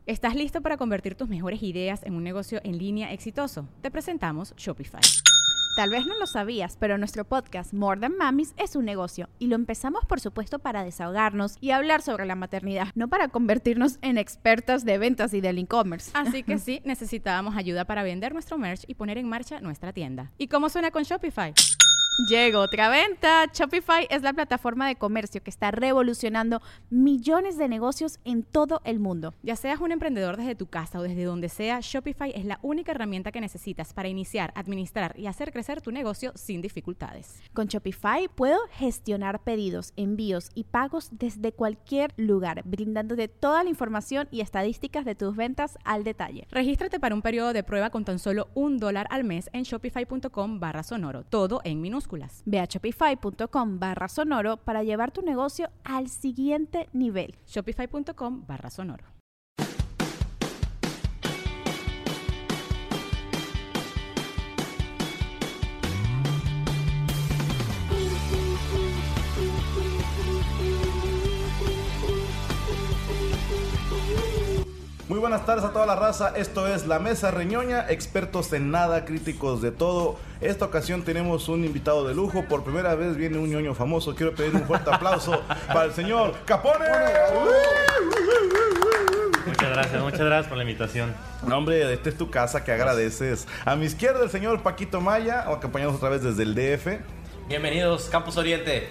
¿Estás listo para convertir tus mejores ideas en un negocio en línea exitoso? Te presentamos Shopify. Tal vez no lo sabías, pero nuestro podcast More Than Mamis es un negocio y lo empezamos por supuesto para desahogarnos y hablar sobre la maternidad, no para convertirnos en expertas de ventas y del e-commerce. Así que sí, necesitábamos ayuda para vender nuestro merch y poner en marcha nuestra tienda. ¿Y cómo suena con Shopify? Llegó otra venta. Shopify es la plataforma de comercio que está revolucionando millones de negocios en todo el mundo. Ya seas un emprendedor desde tu casa o desde donde sea, Shopify es la única herramienta que necesitas para iniciar, administrar y hacer crecer tu negocio sin dificultades. Con Shopify puedo gestionar pedidos, envíos y pagos desde cualquier lugar, brindándote toda la información y estadísticas de tus ventas al detalle. Regístrate para un periodo de prueba con tan solo $1 al mes en shopify.com/sonoro, todo en minúsculas. Ve a shopify.com/sonoro para llevar tu negocio al siguiente nivel. Shopify.com/sonoro. Muy buenas tardes a toda la raza, esto es La Mesa Reñoña, expertos en nada, críticos de todo. Esta ocasión tenemos un invitado de lujo, por primera vez viene un ñoño famoso. Quiero pedir un fuerte aplauso para el señor Capone. Muchas gracias por la invitación. No, hombre, esta es tu casa, que agradeces. A mi izquierda el señor Paquito Maya, acompañados otra vez desde el DF. Bienvenidos, Campus Oriente.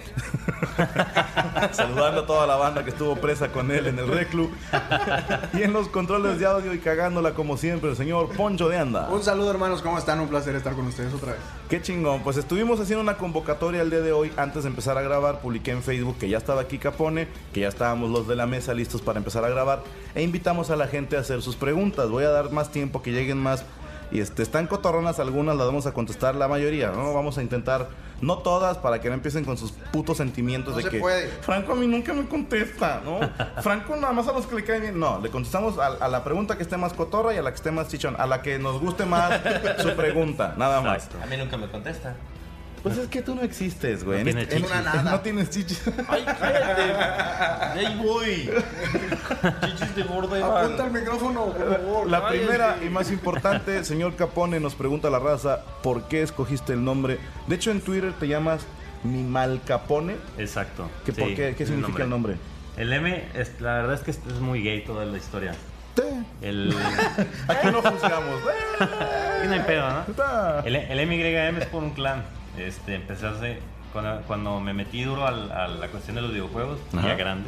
Saludando a toda la banda que estuvo presa con él en el Reclu. Y en los controles de audio y cagándola como siempre, el señor Poncho de Anda. Un saludo, hermanos, ¿cómo están? Un placer estar con ustedes otra vez. Qué chingón, pues estuvimos haciendo una convocatoria el día de hoy. Antes de empezar a grabar, publiqué en Facebook que ya estaba aquí Capone, que ya estábamos los de la mesa listos para empezar a grabar, e invitamos a la gente a hacer sus preguntas. Voy a dar más tiempo, que lleguen más. Y están cotorronas algunas, las vamos a contestar la mayoría, ¿no? Vamos a intentar, no todas, para que no empiecen con sus putos sentimientos no de que puede. Franco a mí nunca me contesta, ¿no? Franco nada más a los que le caen bien. No, le contestamos a la pregunta que esté más cotorra y a la que esté más chichón, a la que nos guste más su pregunta, nada más. A mí nunca me contesta. Pues es que tú no existes, güey. No tienes chichis. No tienes chichis. ¡Ay, cállate! ¡Ahí voy! Chichis de gordo, Iván. Apunta el micrófono, por favor. La primera y más importante, señor Capone, nos pregunta la raza, ¿por qué escogiste el nombre? De hecho, en Twitter te llamas Mimal Capone. Exacto. ¿Qué, ¿Por qué? ¿Qué significa el nombre? El M, la verdad es que es muy gay toda la historia. Aquí no juzgamos. Y no hay pedo, ¿no? Está. El MYM es por un clan. Empecé hace, cuando me metí duro a la cuestión de los videojuegos, ya grande,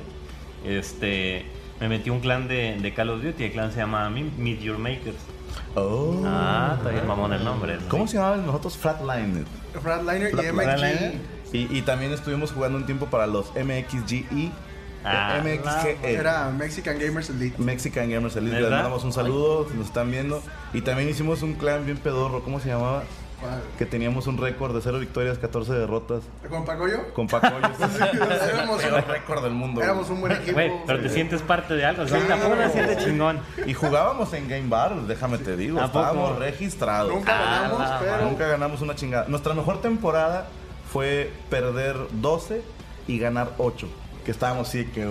me metí un clan de Call of Duty. El clan se llama Meet Your Makers. Oh. Está bien mamón el nombre. ¿Cómo se llamaban nosotros? Flatliner. Flatliner y MXG. Y también estuvimos jugando un tiempo para los MXGE. MXGE. Era Mexican Gamers Elite. Mexican Gamers Elite. Les ¿verdad? mandamos un saludo, si nos están viendo. Y también hicimos un clan bien pedorro. ¿Cómo se llamaba? Que teníamos un récord de 0 victorias, 14 derrotas. ¿Con Pacoyo? Con Pacoyo. Éramos el récord del mundo. Éramos un buen equipo. Güey, pero te sientes parte de algo. O sea, tampoco te sientes chingón. Y jugábamos en Game Bar, déjame te digo. ¿A poco? Estábamos registrados. Nunca ganamos, pero... Nunca ganamos una chingada. Nuestra mejor temporada fue perder 12 y ganar 8. Que estábamos así que...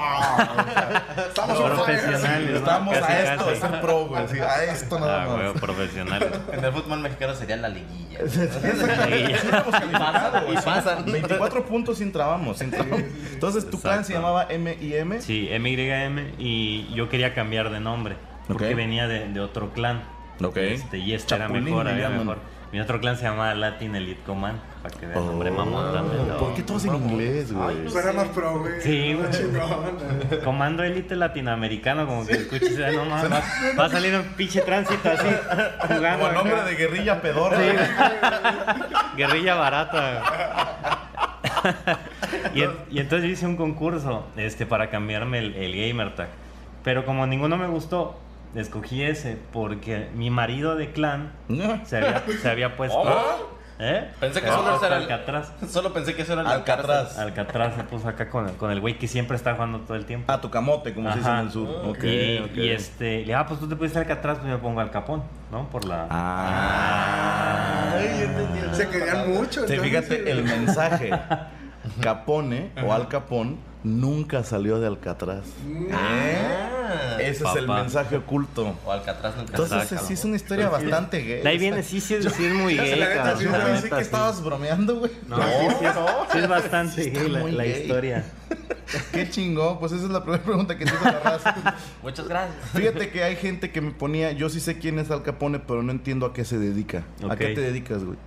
Estamos profesionales, ¿no? Estamos Casi, a esto de casi. ser pro, güey. Sí, a esto nada más. Güey, profesionales. En el fútbol mexicano sería la liguilla. Y pasan. 24 puntos sin trabamos. Entonces tu clan se llamaba M&M. Sí, MYM, y yo quería cambiar de nombre porque Ok. venía de otro clan. Ok. Y este era Chapulín, mejor, le era llaman. mejor. Mi otro clan se llamaba Latin Elite Command, para que vean el nombre mamón también. ¿no? ¿Por qué todos en inglés, güey? Pues era más pro, güey. Sí, güey. Chingón. Comando Elite latinoamericano, como que escuches, no mames, va a salir un pinche tránsito así, jugando. Como nombre acá. de guerrilla pedorra. Sí, guerrilla barata. Y entonces yo hice un concurso para cambiarme el gamer tag. Pero como ninguno me gustó, escogí ese porque mi marido de clan se había puesto... ¿Eh? Pensé que solo era Alcatraz. Solo pensé que eso era el Alcatraz. Alcatraz se puso acá con el güey que siempre está jugando todo el tiempo. Ah, tu camote, como se dice en el sur. Ok, Y ok. le dije, pues tú te puedes Alcatraz, pues me pongo Al Capón, ¿no? Por la... Ay, se querían mucho. Sí, entonces, fíjate el mensaje. Capone o Al Capón nunca salió de Alcatraz. Ese es el Papá. mensaje oculto. O Alcatraz nunca. Entonces Exacto. sí es una historia bastante gay. De ahí viene, sí es muy Ya se gay, la neta, cabrón. sí, Yo La pensé neta, que sí. estabas bromeando, güey. No, sí es bastante Sí está gay muy la gay. historia. Qué chingón. Pues esa es la primera pregunta que te hizo la raza. Muchas gracias. Fíjate que hay gente que me ponía, yo sí sé quién es Al Capone, pero no entiendo a qué se dedica. ¿A Ok. qué te dedicas, güey?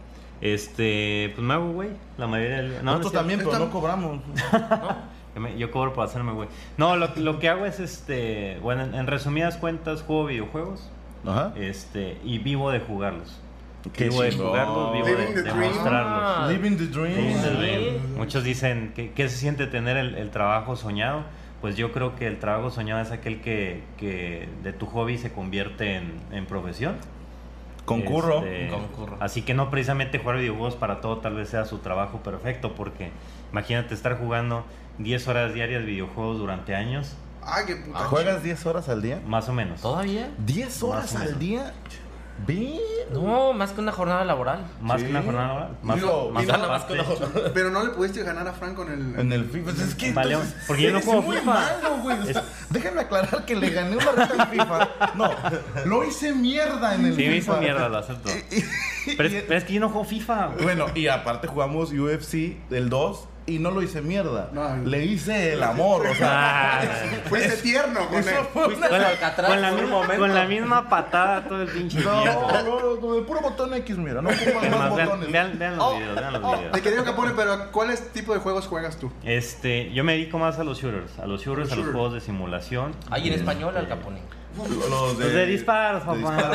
Pues me hago, güey. La mayoría del... No, Nosotros no es también, pero no cobramos. cierto. Yo cobro por hacerme, güey. No, lo que hago es, bueno, en resumidas cuentas, juego videojuegos. Ajá. Y vivo de jugarlos. Qué Vivo de chingón. jugarlos, vivo Living de the dream. mostrarlos. Living the Sí, dream. Muchos dicen que se siente tener el trabajo soñado. Pues yo creo que el trabajo soñado es aquel que de tu hobby se convierte en profesión. Concurro. Concurro. Así que no precisamente jugar videojuegos para todo tal vez sea su trabajo perfecto, porque imagínate estar jugando 10 horas diarias videojuegos durante años, Ay, qué puta. ¿Juegas 10 horas al día? más o menos. ¿Todavía? ¿10 horas Más o al menos. día? Ve. No, más que una jornada laboral. Más Sí. que una jornada laboral. Más, Digo, más y no, Nada más que una aparte. jornada. Pero no le pudiste ganar a Frank con el. En el FIFA. Pues es que Vale, entonces, porque yo no eres juego muy FIFA. malo, güey. O sea, déjame aclarar que le gané una reta en FIFA. No, lo hice mierda en el Sí, FIFA. me hizo mierda, lo acepto. Pero es que yo no juego FIFA. güey. Bueno, y aparte jugamos UFC del 2 y no lo hice mierda. No. Le hice el amor, o sea. Ah, Fuiste tierno con él. Fuiste con, al la, Alcatraz con la por un misma, momento. con la misma patada todo el pinche No, tiempo. no, de puro botón X, mira, no ocupas más Además, botones. vean los videos, vean los videos. Te quería Capone, pero ¿cuáles tipo de juegos juegas tú? Yo me dedico más a los shooters, a los Shooter. juegos de simulación. Ay, en español, Al Capone. Los Los de disparos, papá.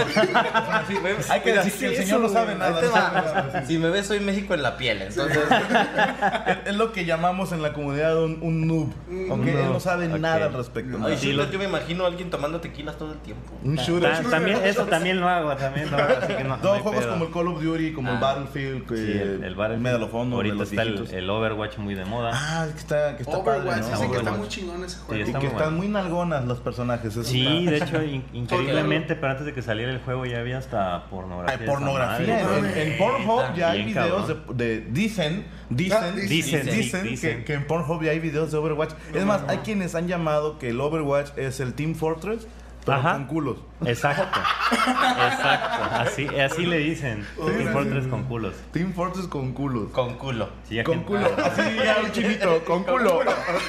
Hay que decir que el señor no sabe nada. Ahí te no sabe nada. va. Si me ves, soy México en la piel. Entonces, Es lo que llamamos en la comunidad un noob. ¿Ok? Él no sabe Ok. nada al respecto. ay, Sí, shooter, lo- yo me imagino a alguien tomando tequilas todo el tiempo. Un shooter. También, eso también lo hago, también lo hago, así que no, no Todos hay juegos pedo. como el Call of Duty, como el Ah. Battlefield, que Sí, el Battlefield. Medal of Honor, Ahorita de los está viejitos. el Overwatch muy de moda. Ah, que está Overwatch, padre, ¿no? dicen que está Overwatch. muy chingón ese Sí, juego. Y está que muy están bueno. muy nalgonas los personajes. eso Sí, está- de hecho, increíblemente, pero antes de que saliera el juego ya había hasta pornografía. Hay de esa pornografía. madre. En Pornhub ya hay Bien videos cabrón. dicen Dicen. que en Pornhub ya hay videos de Overwatch. Es más, hay quienes han llamado que el Overwatch es el Team Fortress, pero Ajá. con culos. Exacto, así le dicen. Team Fortress con culos. Team Fortress con culos. Con culo. Sí, ya Con gente- culo. Así ya un chinito, con culo.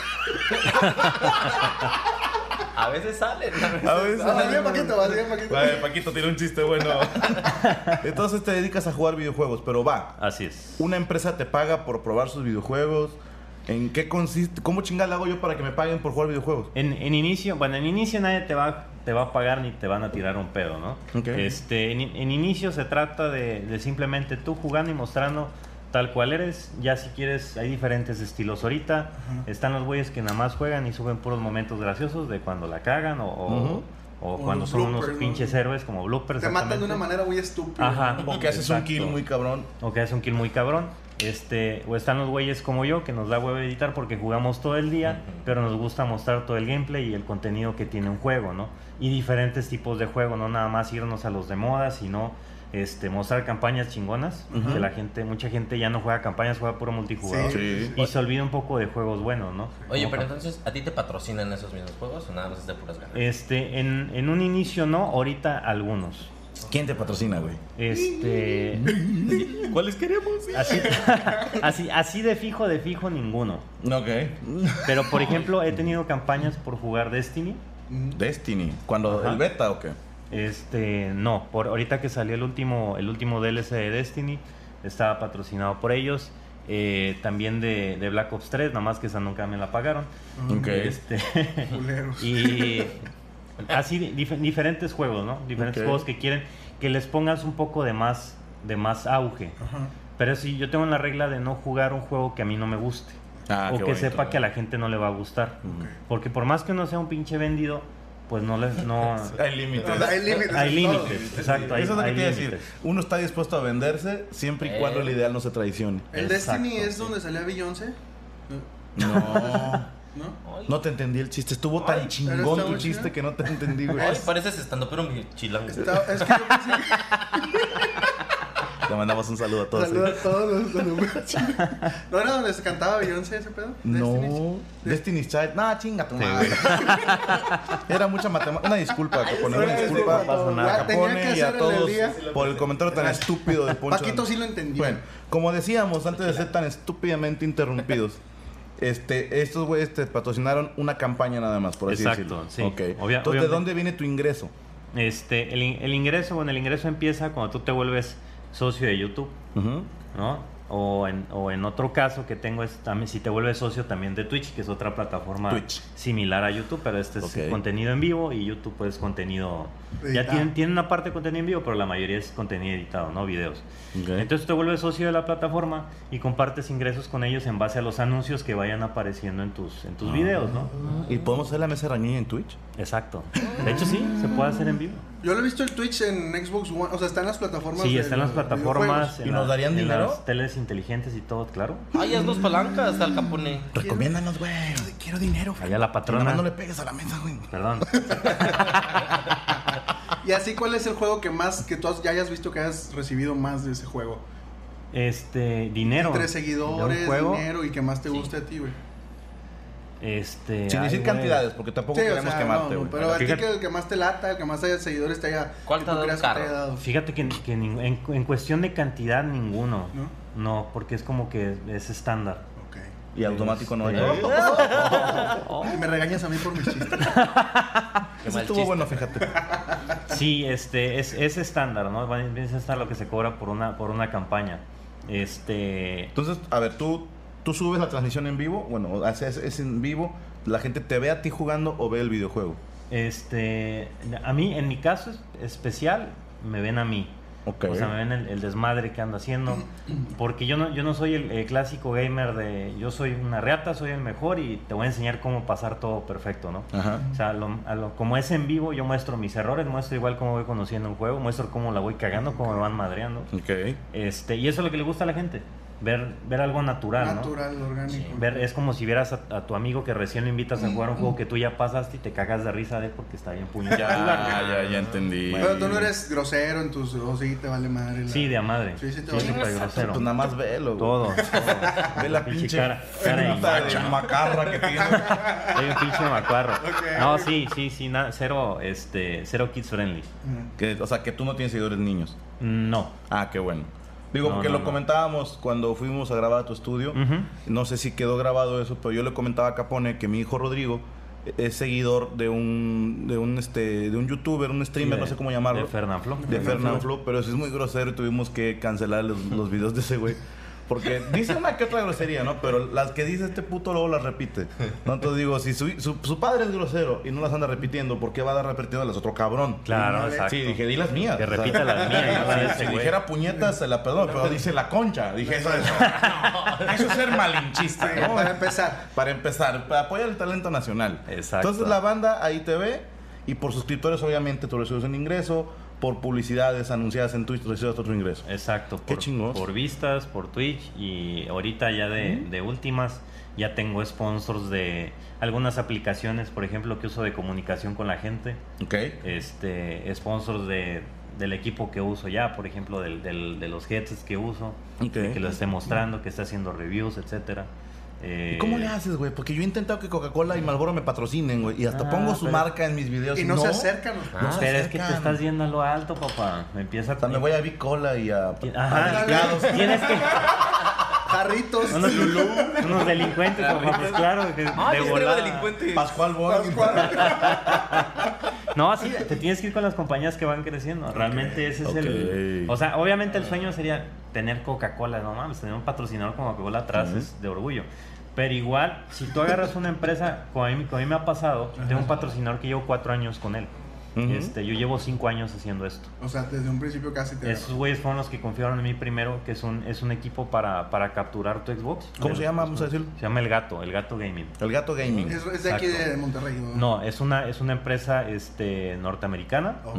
A veces salen. A veces. Vas bien, Paquito, vas bien, Paquito. Vale, Paquito tiene un chiste bueno. Entonces te dedicas a jugar videojuegos, pero va. Así es. Una empresa te paga por probar sus videojuegos. ¿En qué consiste? ¿Cómo chingada hago yo para que me paguen por jugar videojuegos? En inicio nadie te va a pagar ni te van a tirar un pedo, ¿no? Ok. En inicio se trata de simplemente tú jugando y mostrando tal cual eres. Ya si quieres, hay diferentes estilos ahorita. Están los güeyes que nada más juegan y suben puros momentos graciosos de cuando la cagan o cuando los son unos bloopers, ¿no? pinches héroes como bloopers. Te matan de una exactamente. manera muy estúpida. Ajá. O que haces un Exacto. kill muy cabrón. O que haces un kill muy cabrón. O están los güeyes como yo que nos da huevo editar porque jugamos todo el día, pero nos gusta mostrar todo el gameplay y el contenido que tiene un juego, ¿no? Y diferentes tipos de juego, no nada más irnos a los de moda, sino mostrar campañas chingonas, que mucha gente ya no juega campañas, juega puro multijugador Sí. y se olvida un poco de juegos buenos, ¿no? Oye, Como pero entonces, ¿a ti te patrocinan esos mismos juegos o nada más es de puras ganas? en un inicio no, ahorita algunos. ¿Quién te patrocina, güey? ¿Cuáles queremos? Así de fijo ninguno. Ok. Pero por ejemplo, he tenido campañas por jugar Destiny. Destiny. ¿Cuando Ajá. el beta o qué? No, por ahorita que salió el último DLC de Destiny, estaba patrocinado por ellos. También de Black Ops 3, nada más que esa nunca me la pagaron. Ok. Culeros. Y así diferentes juegos, ¿no? Diferentes Ok. juegos que quieren que les pongas un poco de más auge. Ajá. Pero sí, yo tengo la regla de no jugar un juego que a mí no me guste. Ah, o qué que bonito. sepa que a la gente no le va a gustar. Porque por más que uno sea un pinche vendido, pues no Hay límites. Hay límites. hay en todo. límites, exacto. Eso es lo que hay te iba a decir. límites. Uno está dispuesto a venderse siempre y cuando el ideal no se traicione. ¿El Exacto, Destiny es sí. donde salía Beyoncé? No. ¿No? No te entendí el chiste. Estuvo tan Ay, chingón pero está tu muy chiste chido. que no te entendí, güey. Ay, pareces estando, pero mi chilango. Es que yo pensé Le mandamos un saludo a todos. Saludos a todos los ¿No era donde se cantaba Beyoncé ese pedo? No, Destiny's Child. Nah, chinga tu madre. Era mucha matemática. Una disculpa, Capone. Una disculpa. No pasa nada. A Tenía que Capone y a hacer el todos día. por el comentario tan estúpido de Poncho. Paquito sí lo entendió. Bueno, como decíamos, antes de ser tan estúpidamente interrumpidos, estos güeyes te patrocinaron una campaña nada más, por así Exacto, decirlo. sí. Ok. Entonces, ¿de Obviamente. dónde viene tu ingreso? El ingreso empieza cuando tú te vuelves socio de YouTube, Ujú. ¿no? O en otro caso que tengo es también si te vuelves socio también de Twitch, que es otra plataforma Twitch. similar a YouTube, pero este Ok. es contenido en vivo y YouTube pues contenido... Ya Editado. tienen una parte de contenido en vivo, pero la mayoría es contenido editado, ¿no? Videos. Ok. Entonces te vuelves socio de la plataforma y compartes ingresos con ellos en base a los anuncios que vayan apareciendo en tus videos, ¿no? ¿Y podemos hacer la mesa rañilla en Twitch? Exacto. De hecho sí, se puede hacer en vivo. Yo lo he visto el Twitch en Xbox One. O sea, está en las plataformas. Sí, de está en las los plataformas. ¿Y nos darían dinero? En las teles inteligentes y todo, claro. Ay, haznos palancas al Capone. Recomiéndanos, güey. videojuegos. Quiero dinero. Allá la Nada patrona. más no le pegues a la mesa, güey. Perdón. Y así, ¿cuál es el juego que más, que tú ya hayas visto que hayas recibido más de ese juego? Dinero. Entre ¿De seguidores, un juego? dinero y que más te guste a ti, güey. Sin ay, decir güey. cantidades, porque tampoco Sí, o queremos sea, quemarte, no, güey. pero a ti Fíjate- que el que más te lata, el que más haya seguidores te haya... ¿Cuál que te ha tú dado creas un que te carro? haya dado. Fíjate que en cuestión de cantidad, ninguno. ¿No? No, porque es como que es estándar. Ok. Y automático no hay. Y me regañas a mí por mis chistes. Qué Eso mal estuvo chiste. bueno, fíjate. Sí, es estándar, ¿no? Es estándar lo que se cobra por una campaña. Entonces, a ver, tú subes la transmisión en vivo, bueno, es en vivo, la gente te ve a ti jugando o ve el videojuego. A mí, en mi caso especial, me ven a mí. Ok. O sea, me ven el desmadre que ando haciendo. Porque yo no soy el clásico gamer de yo soy una reata, soy el mejor y te voy a enseñar cómo pasar todo perfecto, ¿no? Ajá. O sea, como es en vivo, yo muestro mis errores, muestro igual cómo voy conociendo un juego, muestro cómo la voy cagando, cómo me van madreando. Ok. Y eso es lo que le gusta a la gente. Ver algo natural, ¿no? Natural, orgánico. Es como si vieras a tu amigo que recién lo invitas a jugar un juego que tú ya pasaste y te cagas de risa de porque está bien puñetado. Ya entendí. Pero tú no eres grosero en tus... O sí, te vale madre. la- Sí, de a madre. Sí, sí te Sí, vale. súper grosero. Pues nada más velo, güey. Todo. Ve la pinche cara de puta macho. de macarra que tiene. Soy un pinche macuarro. Ok. No, sí, cero kids friendly. O sea, que tú no tienes seguidores niños. No. Ah, qué bueno. Digo, No, porque no, lo no. comentábamos cuando fuimos a grabar a tu estudio. Ujú. No sé si quedó grabado eso, pero yo le comentaba a Capone que mi hijo Rodrigo es seguidor de un youtuber, un streamer, Sí, no sé cómo llamarlo. De Fernanfloo. De Fernanfloo, pero sí es muy grosero y tuvimos que cancelar los videos de ese güey. Porque dice una que otra grosería, ¿no? Pero las que dice este puto luego las repite. ¿No? Entonces digo, si su padre es grosero y no las anda repitiendo, ¿por qué va a dar repetiendo las otro cabrón? Claro, exacto. Sí, dije, di las mías. Que O sea, repita las mías, no la de ese si güey. dijera puñetas, se la perdono, pero dice la concha. Dije, eso es ser malinchista, ¿no? Para empezar. Para empezar, para apoyar el talento nacional. Exacto. Entonces la banda ahí te ve y por suscriptores obviamente tú recibes un ingreso, por publicidades anunciadas en Twitch recibes otro ingreso. Exacto. Qué chingón. Por vistas, por Twitch y ahorita ya de últimas ya tengo sponsors de algunas aplicaciones, por ejemplo, que uso de comunicación con la gente. Ok. Sponsors del equipo que uso ya, por ejemplo, de los headsets que uso, Ok. que lo esté mostrando, que esté haciendo reviews, etcétera. ¿Y cómo le haces, güey? Porque yo he intentado que Coca-Cola y Marlboro me patrocinen, güey. Y hasta Ah, pongo su pero- marca en mis videos. Y no se acercan. No se Pero es que te acercan. estás yendo a lo alto, papá. Me empieza O sea, me voy a Big Cola y a... Ajá, Deliclados. tienes que... Jarritos. Unos delincuentes, papá, pues claro, de Ay, es volada. delincuente. Pascual Boy. No, sí, te tienes que ir con las compañías que van creciendo. Realmente ese es el... Ok. O sea, obviamente el sueño sería tener Coca-Cola, no mames, tener un patrocinador como Coca-Cola atrás es de orgullo. Pero igual, si tú agarras una empresa, como a mí me ha pasado, tengo un patrocinador que llevo 4 años con él. Ujú. Yo llevo 5 años haciendo esto. O sea, desde un principio casi te... Esos güeyes fueron los que confiaron en mí primero, que es un equipo para capturar tu Xbox. ¿Cómo se llama? Vamos a decirlo. Se llama El Gato Gaming. El Gato Gaming. Es de aquí Exacto. de Monterrey, ¿no? No, es una empresa norteamericana. Ok.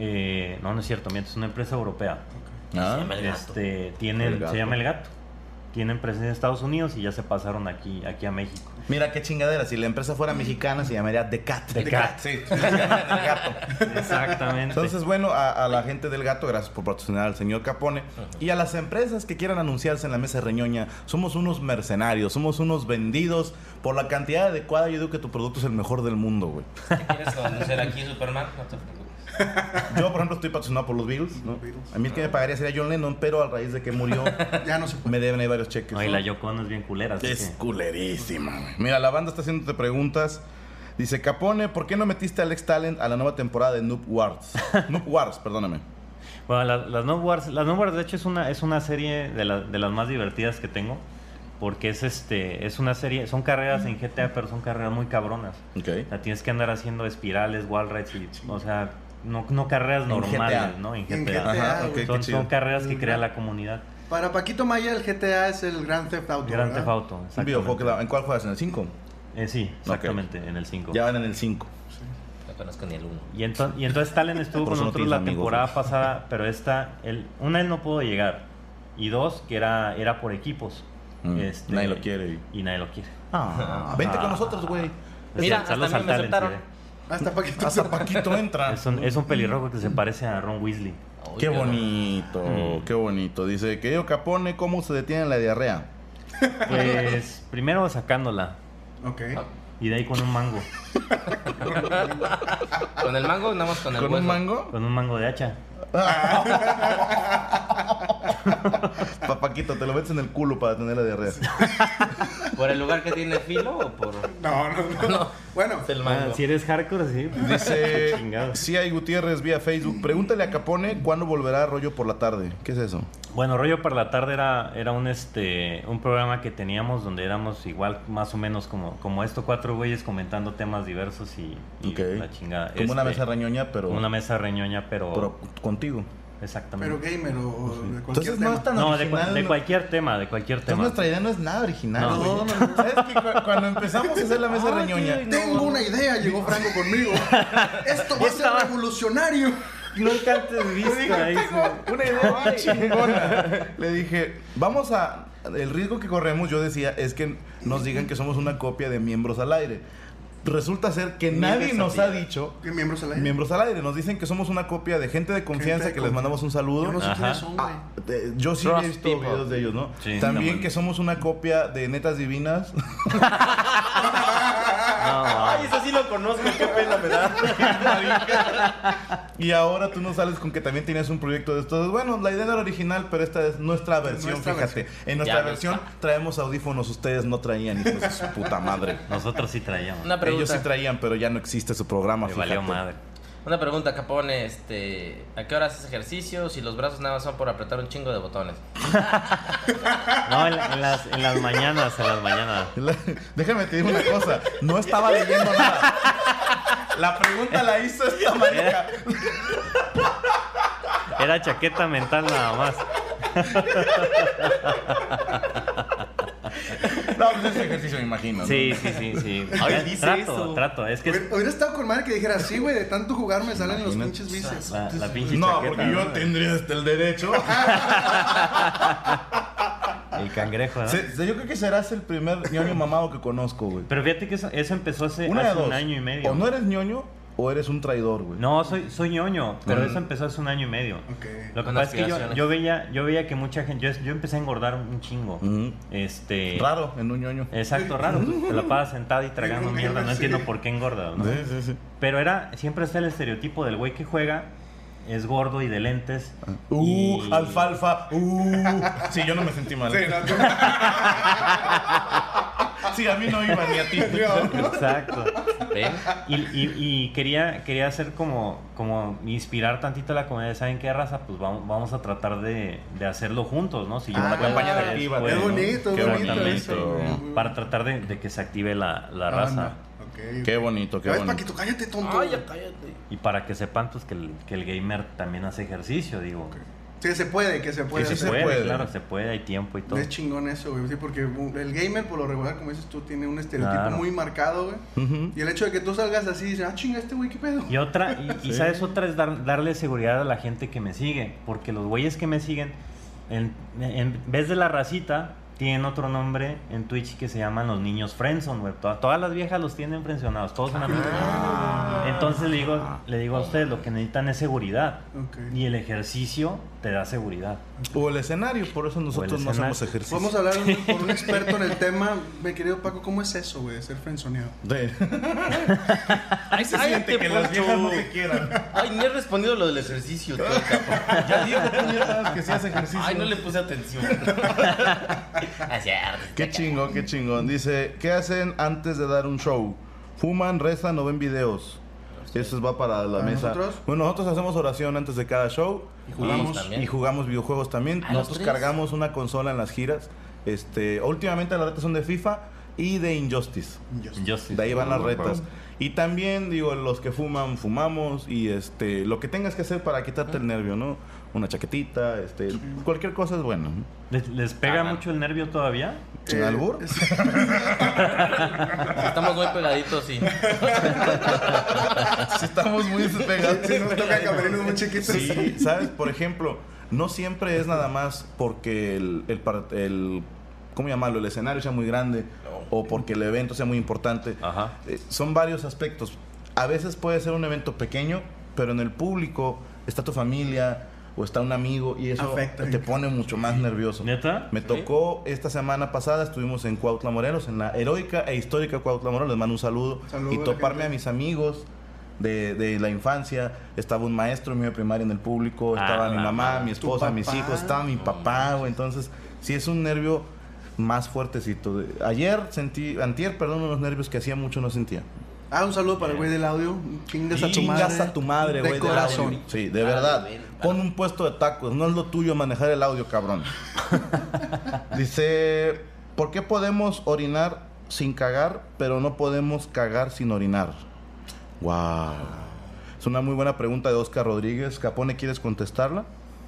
No es cierto, miento, es una empresa europea. Ah. Se llama El Gato. El Gato. Se llama El Gato. tienen presencia en Estados Unidos y ya se pasaron aquí a México. Mira qué chingadera, si la empresa fuera mexicana se llamaría The Cat. The Cat. Sí, se llama El Gato. Exactamente. Entonces, bueno, a la gente del Gato, gracias por patrocinar al señor Capone. Y a las empresas que quieran anunciarse en la mesa reñoña, somos unos mercenarios, somos unos vendidos por la cantidad adecuada. Yo digo que tu producto es el mejor del mundo, güey. ¿Qué quieres anunciar aquí, Superman? No te preocupes. Yo, por ejemplo, estoy patrocinado por los Beatles, ¿no? A mí el que me pagaría sería John Lennon, pero a raíz de que murió, Ya no se puede. me deben ahí varios cheques. No, y la Yoko Ono es bien culera. Así Es que- culerísima, güey. Mira, la banda está haciéndote preguntas. Dice, Capone, ¿por qué no metiste a Alex Talent a la nueva temporada de Noob Wars? Noob Wars, perdóname. Bueno, las Noob Wars de hecho es una serie de las más divertidas que tengo, porque es una serie, son carreras en GTA, pero son carreras muy cabronas. Ok. O sea, tienes que andar haciendo espirales, wall rides y, o sea, no carreras En normales, GTA. ¿no? En En GTA. GTA, Ajá, ok, güey. qué chido. Son carreras que crea la comunidad. Para Paquito Maya, el GTA es el Grand Theft Auto. Grand ¿verdad? Theft Auto, Un videojuego que exactamente. ¿en cuál juegas? ¿En el 5? Sí, exactamente, en el 5. Ya van en el 5. No conozco ni el 1. Y entonces Talent estuvo Por con eso no nosotros tienes la amigos, temporada güey. pasada, pero él no pudo llegar. Y dos, que era por equipos. Nadie lo quiere. Y nadie lo quiere. Vente con nosotros, güey. Mira, hasta Saludos a mí al me Talent, aceptaron. sí. Hasta Paquito. Hasta Paquito entra. Es un pelirrojo que se parece a Ron Weasley. Qué bonito, qué bonito. Dice, querido Capone, ¿cómo se detiene la diarrea? Pues primero sacándola Ok. y de ahí con un mango. Con el mango, nada más con el ¿Con hueso. un mango? Con un mango de hacha. Paquito, te lo metes en el culo para tener la diarrea. ¿Por el lugar que tiene filo o por...? No. Bueno, Es el mango. Si eres hardcore, sí. Dice, Chingados. hay Gutiérrez vía Facebook. Pregúntale a Capone cuándo volverá Rollo por la tarde. ¿Qué es eso? Bueno, Rollo para la tarde era un programa que teníamos donde éramos igual más o menos como estos 4 güeyes comentando temas diversos y Ok. la chingada. Como una mesa reñoña, pero, Como una mesa reñoña, pero contigo. exactamente. pero gamer o de cualquier Entonces tema. no es tan No, original. de cualquier tema, de cualquier Entonces tema. nuestra idea no es nada original. No. güey. ¿Sabes que cuando empezamos a hacer la mesa reñoña, Tengo una idea, llegó Franco conmigo. Esto va a ser revolucionario. Nunca antes visto ahí. una idea bien chingona. Le dije, vamos a... El riesgo que corremos, yo decía, es que nos digan que somos una copia de Miembros al Aire. Resulta ser que nadie nos ha dicho... ¿Qué miembros al aire? Miembros al Aire. Nos dicen que somos una copia de gente de confianza, Gente de que les mandamos un saludo. Yo no sé Ajá. quiénes son, güey. Yo sí Trust he visto people. videos de ellos, ¿no? Sí, También también. que somos una copia de Netas Divinas. Ay, eso sí lo conozco, qué pena me da. Y ahora tú nos sales con que también tienes un proyecto de estos. Bueno, la idea no era original, pero esta es nuestra versión, Nuestra fíjate. versión. En nuestra Ya versión está. traemos audífonos, ustedes no traían, hijos de su puta madre. Nosotros sí traíamos. Una pregunta. Ellos sí traían, pero ya no existe su programa, Me fíjate. valió madre. Una pregunta, Capone, ¿a qué hora haces ejercicio? Si los brazos nada más son por apretar un chingo de botones. No, en las mañanas, Déjame te digo una cosa, no estaba leyendo nada. La pregunta la hizo esta marica. Era chaqueta mental nada más. No, pues es ejercicio, me imagino. ¿no? Sí. Ay, dice eso. Trato. Es que es Hubiera estado con madre que dijera así, güey, de tanto jugar me salen los pinches bíceps. la pinche No, chaqueta. porque yo tendría hasta el derecho. El cangrejo, ¿no? Yo creo que serás el primer ñoño mamado que conozco, güey. Pero fíjate que eso empezó hace Una de dos. un año y medio. O no eres ñoño o eres un traidor, güey. No, soy ñoño, pero eso empezó hace un año y medio. Ok. Lo que Con pasa es que aspiraciones. yo veía que mucha gente... Yo empecé a engordar un chingo. Ujú. Raro en un ñoño. Exacto, raro. Te la pasas sentado y tragando mierda. No entiendo por qué engorda, ¿no? Sí. Pero siempre está el estereotipo del güey que juega, es gordo y de lentes. y- Alfalfa. Sí, yo no me sentí mal. Sí, no, Sí, a mí no iba ni a ti. Exacto. ¿Ven? Y quería hacer como inspirar tantito a la comedia. ¿Saben qué, raza? Pues vamos a tratar de hacerlo juntos, ¿no? Si yo Una no puedo, campaña de ustedes activa. pueden, Es ¿no? bonito, Qué es bonito bonito. eso. Para tratar de que se active la raza. Ok. Qué bonito, qué Ay, bonito. Paquito, cállate, tonto. Ay, ya cállate. Y para que sepan pues que el gamer también hace ejercicio, digo. Sí, que se puede Que sí hacer. se puede. Claro, se puede, hay tiempo y todo. Es chingón eso, güey. Sí, porque el gamer, por lo regular, como dices tú, tiene un estereotipo Claro. muy marcado, güey. Ujú. Y el hecho de que tú salgas así y dices, chinga, este güey, ¿qué pedo? Y otra, y sabes, otra es darle seguridad a la gente que me sigue. Porque los güeyes que me siguen, en vez de la racita, tienen otro nombre en Twitch que se llaman los niños friendzone, güey. Todas las viejas los tienen frenzonados, todos son amigos. Entonces le digo a ustedes, lo que necesitan es seguridad. Ok. Y el ejercicio te da seguridad. O el escenario, por eso nosotros no hacemos ejercicio. Vamos a hablar con un experto en el tema. Mi querido Paco, ¿cómo es eso, güey, de ser frenzoneado? Ahí se siente que las viejas no te quieran. Ay, ni he respondido lo del ejercicio. Todo, cabrón. Ya digo, tú ya sabes que si hace ejercicio. Ay, no le puse atención. Qué chingón, qué chingón. Dice, ¿qué hacen antes de dar un show? ¿Fuman, rezan o ven videos? Eso va para la mesa. ¿Nosotros? Bueno, nosotros hacemos oración antes de cada show. Y jugamos videojuegos también. ¿A los Nosotros tres? cargamos una consola en las giras. Últimamente las retas son de FIFA y de Injustice. Injustice. De ahí van las retas. Y también, digo, los que fuman, fumamos. Y lo que tengas que hacer para quitarte el nervio, ¿no? Una chaquetita, cualquier cosa es bueno. ¿Les pega mucho el nervio todavía? ¿Sin albur? Estamos muy pegaditos, sí. Sí, estamos muy despegados. Sí, nos toca camerinos muy chiquitos. Sí, ¿sabes? Por ejemplo, no siempre es nada más porque ¿cómo llamarlo? El escenario sea muy grande o porque el evento sea muy importante. Ajá. Son varios aspectos. A veces puede ser un evento pequeño, pero en el público está tu familia o está un amigo y eso Afecta. te pone mucho más nervioso. ¿Neta? Me tocó esta semana pasada, estuvimos en Cuautla Morelos, en la heroica e histórica Cuautla Morelos, les mando un saludo. Saludo Y a la toparme gente. a mis amigos de la infancia. Estaba un maestro mío de primaria en el público, estaba mi la mamá, madre. mi esposa, Tu mis papá. hijos, estaba mi papá, güey. Entonces, sí es un nervio más fuertecito. Antier, unos nervios que hacía mucho no sentía. Un saludo para el güey del audio. Chingas a tu madre. Chingas a tu madre, güey. De del corazón. audio. Sí, de verdad. Pon un puesto de tacos. No es lo tuyo manejar el audio, cabrón. Dice, ¿por qué podemos orinar sin cagar, pero no podemos cagar sin orinar? Wow. Es una muy buena pregunta de Oscar Rodríguez. Capone, ¿quieres contestarla?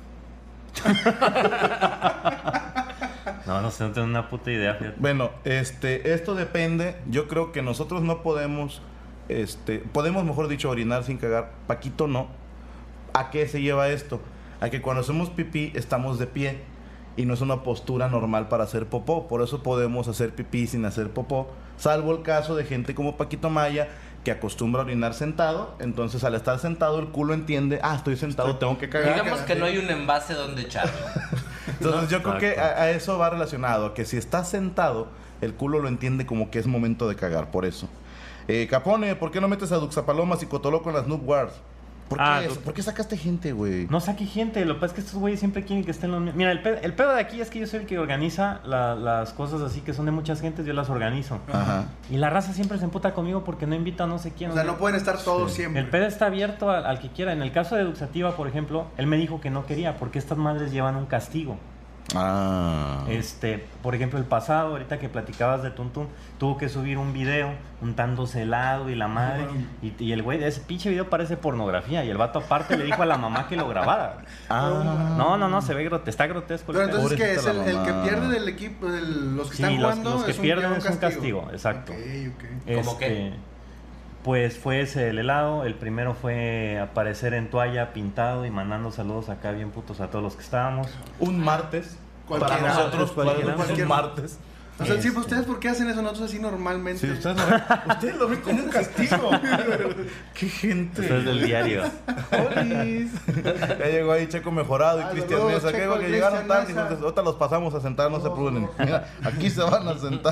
No sé, no tengo una puta idea, fíjate. Bueno, esto depende. Yo creo que nosotros no podemos, podemos, mejor dicho, orinar sin cagar. Paquito no. ¿A qué se lleva esto? A que cuando hacemos pipí estamos de pie y no es una postura normal para hacer popó. Por eso podemos hacer pipí sin hacer popó, salvo el caso de gente como Paquito Maya que acostumbra a orinar sentado. Entonces, al estar sentado, el culo entiende, estoy sentado, tengo que cagar. Digamos que no hay un envase donde echarlo. Entonces yo creo que Exacto. a eso va relacionado, que si estás sentado, el culo lo entiende como que es momento de cagar, por eso. Capone, ¿por qué no metes a Duxapalomas y Cotoloco en las Noob Wars? ¿Por qué, ¿Por qué sacaste gente, güey? No saqué gente, lo que pasa es que estos güeyes siempre quieren que estén los... Mira, el pedo de aquí es que yo soy el que organiza las cosas así que son de muchas gentes, yo las organizo. Ajá. Y la raza siempre se emputa conmigo porque no invita a no sé quién. O sea, no pueden estar todos siempre. El pedo está abierto al que quiera. En el caso de Duxativa, por ejemplo, él me dijo que no quería porque estas madres llevan un castigo. Ah. Por ejemplo, el pasado, ahorita que platicabas de Tuntún, tuvo que subir un video untándose helado y la madre. Y el güey, ese pinche video parece pornografía. Y el vato aparte le dijo a la mamá que lo grabara. No, se ve está grotesco. Pero entonces, ¿qué es Pobrecita el la que mamá. pierde del equipo, los que Sí, están jugando? los que es pierden lleva es un castigo, exacto. Ok. ¿Cómo qué? Pues fue ese el helado. El primero fue aparecer en toalla pintado y mandando saludos acá bien putos a todos los que estábamos. Un martes. Cualquiera. Para nosotros, Cualquiera. un martes. O sea, sí, ¿ustedes por qué hacen eso? Nosotros así normalmente. Sí, ustedes lo ven como un castigo. ¡Qué gente! Eso es del diario. ¡Olis! Ya llegó ahí Checo Mejorado y Cristian saludos, Mesa. Checo, Que llegaron Cristian tarde. Mesa. Ahorita los pasamos a sentar, no se prueben. Mira, aquí se van a sentar.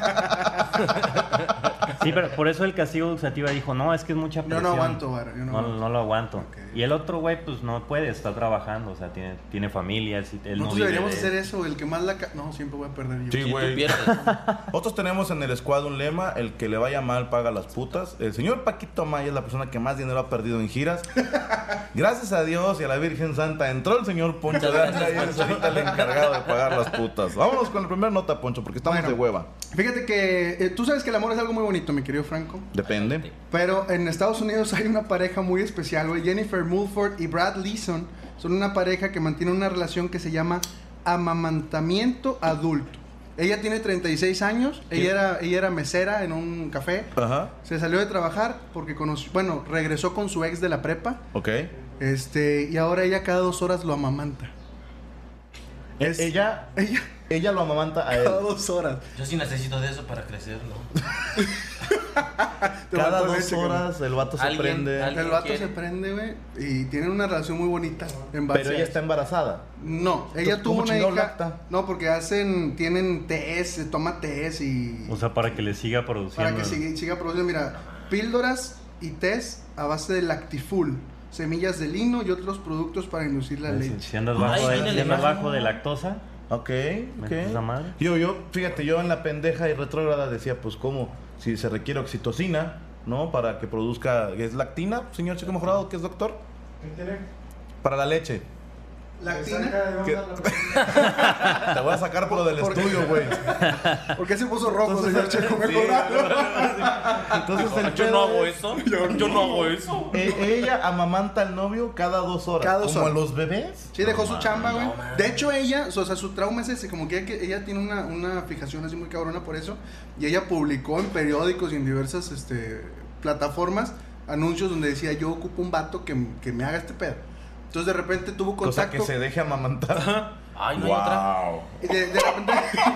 Sí, pero por eso el castigo Duxativa dijo, no, es que es mucha Yo presión. no aguanto, Vara, yo no aguanto. No lo aguanto. Ok. Y el otro güey, pues no puede, está trabajando, o sea, tiene familia, él no Nosotros vive deberíamos de- hacer eso, el que más la... No, siempre voy a perder yo. Sí, Si tú güey. pierdes. Nosotros tenemos en el squad un lema: el que le vaya mal paga las putas. El señor Paquito Maya es la persona que más dinero ha perdido en giras. Gracias a Dios y a la Virgen Santa entró el señor Poncho de Anda y es ahorita el encargado de pagar las putas. Vámonos con la primera nota, Poncho, porque estamos Bueno. de hueva. Fíjate que tú sabes que el amor es algo muy bonito, mi querido Franco. Depende. Pero en Estados Unidos hay una pareja muy especial, güey. Jennifer Mulford y Brad Leeson son una pareja que mantiene una relación que se llama amamantamiento adulto. Ella tiene 36 años, ella era mesera en un café. Ajá. Se salió de trabajar porque regresó con su ex de la prepa. Ok. Y ahora ella cada 2 horas lo amamanta. Ella lo amamanta a él. Cada 2 horas. Yo sí necesito de eso para crecer, ¿no? Cada Te 2 leche, horas el vato se prende. El vato quiere. se prende, güey, y tienen una relación muy bonita en base Pero a ella eso. está embarazada. No, ella ¿Cómo tuvo una chingado hija. lacta? No, porque tienen tés, se toma tés y O sea, para que le siga produciendo. para que siga produciendo, mira, píldoras y tés a base de Lactiful, semillas de lino y otros productos para inducir la leche. Si andas Ay, bajo, viene la imagen. bajo de lactosa, Ok, metes esa ok. madre. Fíjate, yo en la pendeja y retrógrada decía, pues, ¿cómo? Si se requiere oxitocina, ¿no? Para que produzca, ¿es lactina, señor Chico Mejorado, que es doctor? Para la leche. Lactina. ¿Qué? Te voy a sacar por lo del ¿Por qué? estudio, güey. ¿Por qué se puso rojo, señor Entonces, Checo sí, Mejorado? Entonces el Yo pedo no hago es- eso. Yo no hago eso. Ella amamanta al novio cada 2 horas. Cada 2 como horas. a los bebés. Sí, dejó su chamba, güey. no, man. De hecho, ella, o sea, su trauma es ese, como que ella tiene una fijación así muy cabrona por eso. Y ella publicó en periódicos y en diversas plataformas anuncios donde decía, yo ocupo un vato que me haga este pedo. Entonces, de repente tuvo Cosa contacto. que se deje amamantar. Ay, no hay otra. Wow. Y de repente...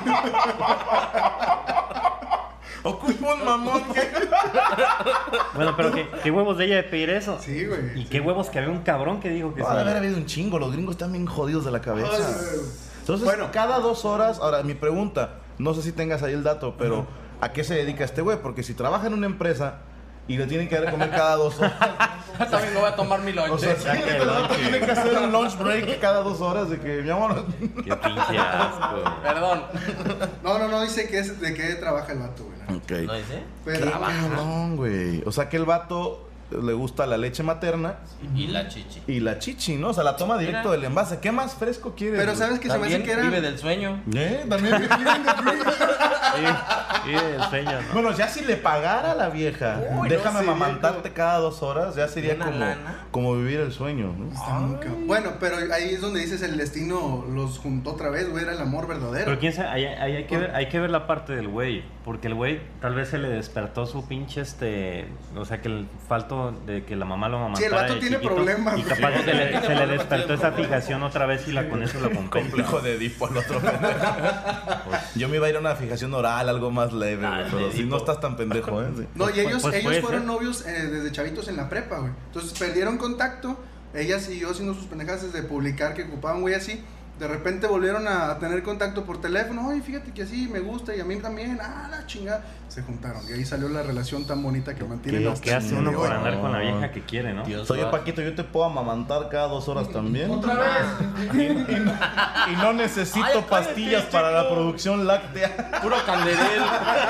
Ocupo un mamón. Bueno, pero ¿qué huevos de ella de pedir eso? Sí, güey. Y qué huevos que había un cabrón que dijo que Ha de haber sí. habido un chingo. Los gringos están bien jodidos de la cabeza. Ay, Entonces, Bueno. cada 2 horas. Ahora, mi pregunta. No sé si tengas ahí el dato, pero ¿a qué se dedica este güey? Porque si trabaja en una empresa y le tienen que dar de comer cada 2 horas. También me voy a tomar mi O lonche. sea, tiene que hacer un lunch break cada 2 horas de que, mi amor. Qué pinche asco. Perdón. No dice de qué trabaja el vato, güey. Ok. ¿No dice? Pero, Qué cabrón, güey. O sea que el vato le gusta la leche materna Y la chichi. y la chichi, ¿no? O sea, la toma directo del envase. ¿Qué más fresco quieres? pero güey? ¿sabes qué se me hace También que era? vive del sueño. También. Y enseña, ¿no? Bueno, ya si le pagara a la vieja, Uy, déjame no, sería amamantarte cada 2 horas, ya sería Una como, lana. como vivir el sueño, ¿no? Está muy cabrón. Bueno, pero ahí es donde dices el destino los juntó otra vez, güey, era el amor verdadero. Pero quién sabe, ahí hay que ver la parte del güey. Porque el güey tal vez se le despertó su pinche o sea, que el falto de que la mamá lo amamantara. Sí, el vato de tiene chiquito, problemas, Y güey. capaz Sí, se le tiene problemas, despertó tiene esa problemas. fijación otra vez y con eso lo compensa. Complejo de Edipo al otro. Yo me iba a ir a una fijación oral, algo más leve, güey, pero de si Edipo. no estás tan pendejo, ¿eh? Sí. No, y ellos Pues puede fueron ser. novios desde chavitos en la prepa, güey. Entonces perdieron contacto, ella siguió haciendo sus pendejadas de publicar que ocupaban güey así. De repente volvieron a tener contacto por teléfono. Oye, fíjate que así me gusta y a mí también. Ah, la chingada. Se juntaron y ahí salió la relación tan bonita que mantienen Lo hasta que hace el uno día de por hoy. andar con la vieja que quiere, ¿no? Dios Oye, va. Paquito, yo te puedo amamantar cada 2 horas también. Otra vez. Y no necesito Ay, cállate, pastillas para la chico. producción láctea. Puro canderel.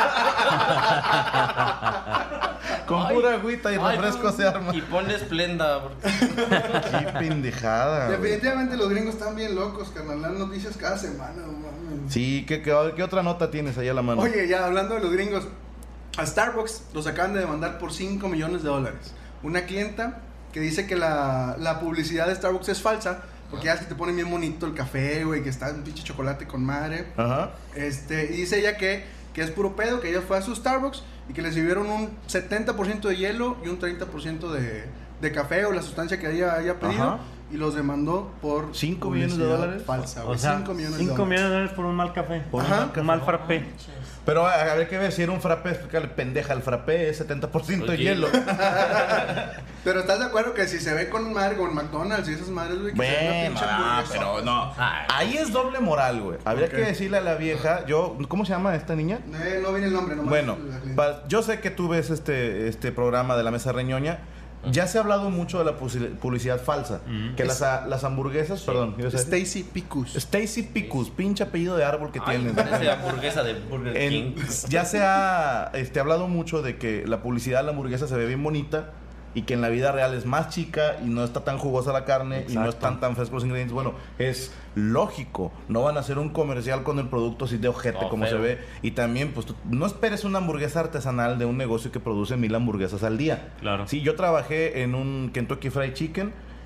Con Ay. pura agüita y Ay, refresco se arma. Y ponle esplenda. Porque... Qué pendejada. güey. Definitivamente los gringos están bien locos, carnal. Las noticias cada semana, no mames. Sí, ¿qué otra nota tienes ahí a la mano? Oye, ya hablando de los gringos, a Starbucks los acaban de demandar por $5 millones. Una clienta que dice que la publicidad de Starbucks es falsa, porque ya es que te pone bien bonito el café, güey, que está un pinche chocolate con madre. Ajá. Y dice ella que es puro pedo, que ella fue a su Starbucks y que le sirvieron un 70% de hielo y un 30% de café o la sustancia que ella haya pedido. Ajá. Y los demandó por ¿$5 millones de publicidad dólares? falsa, O güey. sea, 5 millones 5 de millones dólares. de dólares por un mal café. Por Ajá. un Un mal frappé. Pero a ver qué ver, si era un frappé, explícale, pendeja, el frappé es 70% de Oye. hielo. Pero ¿estás de acuerdo que si se ve con madre, con McDonald's y esas madres, güey, que se ve una Bueno, pinche hamburguesa? pero no. Ay. Ahí es doble moral, güey. Habría Ok. que decirle a la vieja, ¿cómo se llama esta niña? No viene el nombre, nomás. Bueno, la clienta. yo sé que tú ves este programa de la Mesa Reñoña. Ya se ha hablado mucho de la publicidad falsa. Que las hamburguesas, perdón, ¿ibas a decir? Stacy Picus. Stacy Picus, pinche apellido de árbol que Ay, tiene. parece hamburguesa de Burger King. Ya se ha hablado mucho de que la publicidad de la hamburguesa se ve bien bonita y que en la vida real es más chica y no está tan jugosa la carne y no Exacto. están tan frescos los ingredientes. Bueno, es lógico. No van a hacer un comercial con el producto así de ojete No, como feo. se ve. Y también, pues, tú no esperes una hamburguesa artesanal de un negocio que produce 1000 hamburguesas al día. Claro. Sí, yo trabajé en un Kentucky Fried Chicken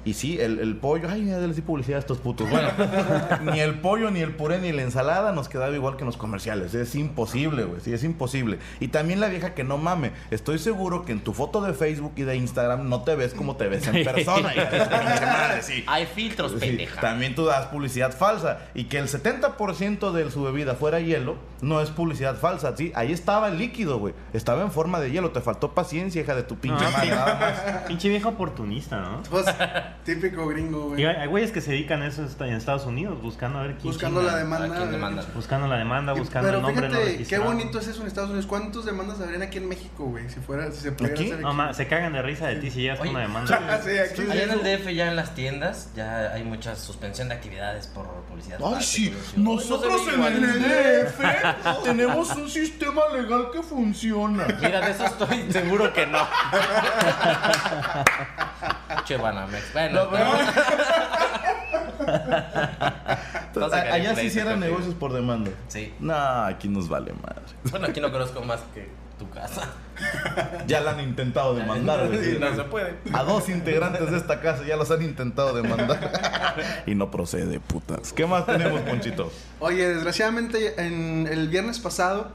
Y sí, el pollo, ay, mira, les di publicidad a estos putos. Bueno, ni el pollo, ni el puré, ni la ensalada nos quedaba igual que en los comerciales. Es imposible, güey. Sí, es imposible. Y también la vieja que no mame. Estoy seguro que en tu foto de Facebook y de Instagram no te ves como te ves en persona. Y dices, "Pinche madre, sí". Hay filtros, Sí, pendeja. también tú das publicidad falsa. Y que el 70% de su bebida fuera hielo, no es publicidad falsa. Sí, ahí estaba el líquido, güey. Estaba en forma de hielo. Te faltó paciencia, hija de tu pinche madre. Nada más. Pinche vieja oportunista, ¿no? Pues, típico gringo, güey. Y hay güeyes que se dedican a eso en Estados Unidos, buscando a ver quién Buscando chinga. la demanda. ¿A quién demanda? Buscando la demanda, buscando Pero el nombre no fíjate, qué registrado. bonito es eso en Estados Unidos. ¿Cuántos demandas habrían aquí en México, güey? Si se pudiera ¿Aquí? hacer No, aquí. se cagan de risa de ti si llegas con Oye, una demanda. Sí, aquí sí. Allá en el DF, ya en las tiendas, ya hay mucha suspensión de actividades por publicidad. Ay, falsa y sí, todo eso. No nosotros se ve en igual. el DF tenemos un sistema legal que funciona. Mira, de eso estoy seguro que no. Che, Banamex. Bueno, No, pero- Vamos a sacar Allá el sí pleito hicieran contigo. negocios por demanda. Sí. No, aquí nos vale madre. Bueno, aquí no conozco más que tu casa. Ya la han intentado demandar, güey. Sí, no se puede. A 2 integrantes de esta casa ya los han intentado demandar. Y no procede, putas. ¿Qué más tenemos, Ponchito? Oye, desgraciadamente, el viernes pasado,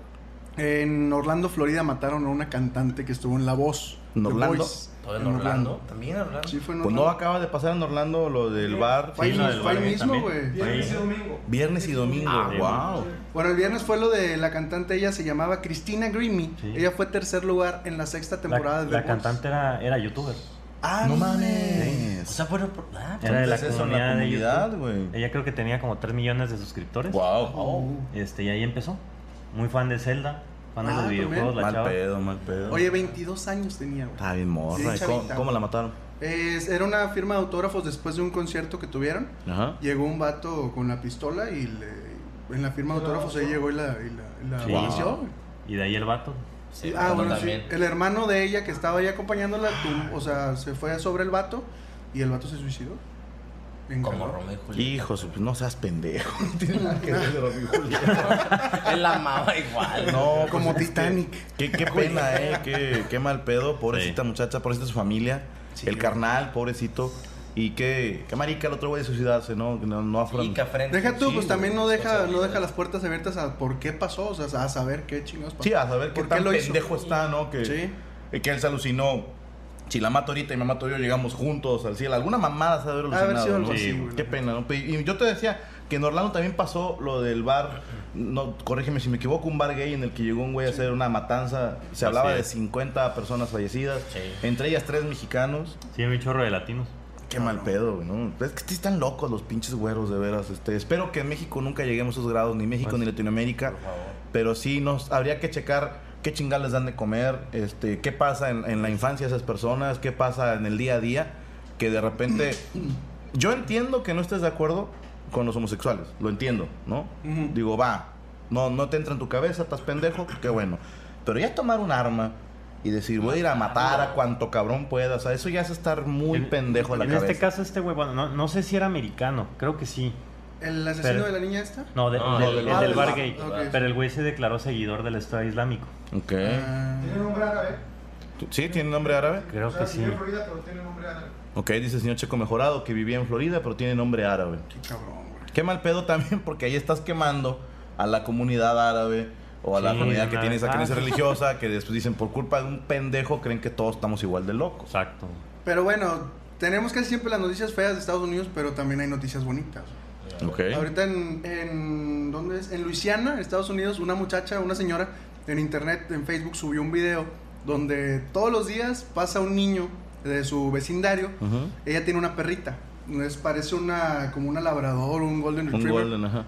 en Orlando, Florida, mataron a una cantante que estuvo en La Voz. ¿En The Orlando? Voice. ¿Todo en Orlando? ¿También en Orlando? Sí, fue en Pues Orlando. no acaba de pasar en Orlando lo del bar. Fue ahí Sí, lo del fue ahí bar mismo, también. güey. Viernes y domingo. Viernes y domingo. Ah, Wow. Bueno, el viernes fue lo de la cantante, ella se llamaba Christina Grimmie. Sí. Ella fue tercer lugar en la 6ª temporada de The La Voice. cantante era youtuber. Ah, No O mames. sea, bueno, Era de la Entonces, eso en comunidad, la de comunidad, YouTube. güey. Ella creo que tenía como 3 millones de suscriptores. Wow. Y ahí empezó. Muy fan de Zelda, fan de Ah, los también. videojuegos, la Mal chava. pedo, mal pedo. Oye, 22 años tenía, güey. Está bien morra. Sí, ¿Y cómo, chavita. cómo la mataron? Era una firma de autógrafos después de un concierto que tuvieron. Ajá. Llegó un vato con la pistola y en la firma de autógrafos ahí llegó y la Sí. balació, güey. Y de ahí el vato. Sí, Ah, bueno, sí. también. El hermano de ella que estaba ahí acompañándola, o sea, se fue sobre el vato y el vato se suicidó. En Como calor. Romeo y Julieta. Hijos, pues no seas pendejo. No tiene nada que ver de Romeo y Julieta. Él la amaba igual. No, pues Como es que- Titanic. Qué pena, qué mal pedo. Pobrecita Sí. muchacha, pobrecita su familia. Sí, el carnal, pobrecito. Y qué marica el otro güey de suicidarse, ¿no? No afron- Pica frente. Deja tú, Sí, pues también no güey, deja responsabilidad. las puertas abiertas a por qué pasó, o sea, a saber qué chingados pasó. Sí, a saber qué ¿Por qué tan lo hizo? pendejo está, ¿no? Que, Sí. que él se alucinó. Si la mato ahorita y me mato yo, llegamos juntos al cielo. Alguna mamada se ha de haber Ha de haber sido alucinado, algo ¿no? así, güey. Qué pena, ¿no? Y yo te decía que en Orlando también pasó lo del bar, no, corrígeme si me equivoco, un bar gay en el que llegó un güey a hacer una matanza. Se hablaba de es. 50 personas fallecidas, Sí. entre ellas 3 mexicanos. Sí, hay un chorro de latinos. Qué mal pedo, güey, ¿no? Es que están locos los pinches güeros, de veras. Espero que en México nunca lleguemos a esos grados, ni México Pues, ni Latinoamérica. Por favor. Pero sí habría que checar qué chingados les dan de comer, qué pasa en la infancia de esas personas, qué pasa en el día a día, que de repente... Yo entiendo que no estés de acuerdo con los homosexuales, lo entiendo, ¿no? Ujú. Digo, no te entra en tu cabeza, estás pendejo, qué bueno. Pero ya tomar un arma y decir, voy a ir a matar a cuanto cabrón pueda, o sea, eso ya es estar muy pendejo en la En cabeza. este caso, este güey, bueno, no sé si era americano, creo que sí. ¿El asesino Pero- de la niña esta? No, No, el del del bar. bar gay. Ok. Pero el güey se declaró seguidor del Estado Islámico. Ok. Ah, Tiene nombre árabe. ¿Sí? ¿Tiene nombre árabe? Creo O sea, que sí. vive en Florida, pero tiene nombre árabe. Ok, dice el señor Checo Mejorado que vivía en Florida, pero tiene nombre árabe. qué cabrón, güey. Qué mal pedo también, porque ahí estás quemando a la comunidad árabe o a la Sí, comunidad que no, tiene esa creencia ah. religiosa, que después dicen, por culpa de un pendejo, creen que todos estamos igual de locos. Exacto. Pero bueno, tenemos casi siempre las noticias feas de Estados Unidos, pero también hay noticias bonitas. Ok. Ahorita ¿dónde es? En Luisiana, en Estados Unidos, una señora en internet, en Facebook, subió un video donde todos los días pasa un niño de su vecindario. Ujú. Ella tiene una perrita. Parece como una labrador, un golden Un retriever. golden, ajá.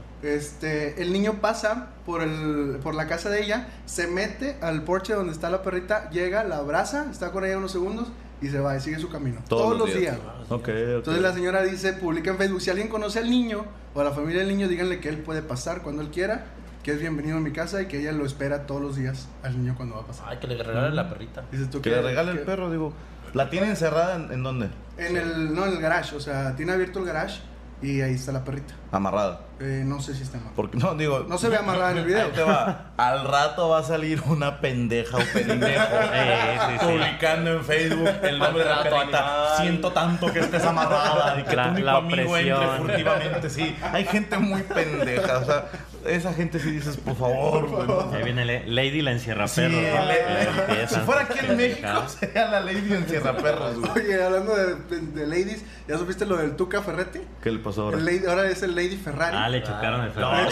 El niño pasa por la casa de ella, se mete al porche donde está la perrita, llega, la abraza, está con ella unos segundos y se va y sigue su camino. Todos los días. Ok, ok. Entonces la señora dice, publica en Facebook, si alguien conoce al niño o a la familia del niño, díganle que él puede pasar cuando él quiera, que es bienvenido a mi casa y que ella lo espera todos los días al niño cuando va a pasar. Ay, que le regale la perrita. Dices tú Que le regale el que- perro, digo. ¿La tiene encerrada en dónde? en el garage, o sea, tiene abierto el garage y ahí está la perrita. Amarrada. No sé si está amarrada. Porque no, digo. No se ve amarrada en el video. Ahí te va. Al rato va a salir una pendeja o pendejo publicando en Facebook el nombre de la perrita. Siento tanto que estés amarrada y que tu único amigo entre furtivamente. Sí, hay gente muy pendeja. O sea, esa gente sí dices, por favor, güey. Ahí viene Lady la encierraperros. Sí, si fuera aquí en México, sería la Lady encierraperros, güey. Oye, hablando de ladies, ¿ya supiste lo del Tuca Ferretti? ¿Qué le pasó ahora? Ahora es el Lady Ferrari. Ah, le chocaron el No,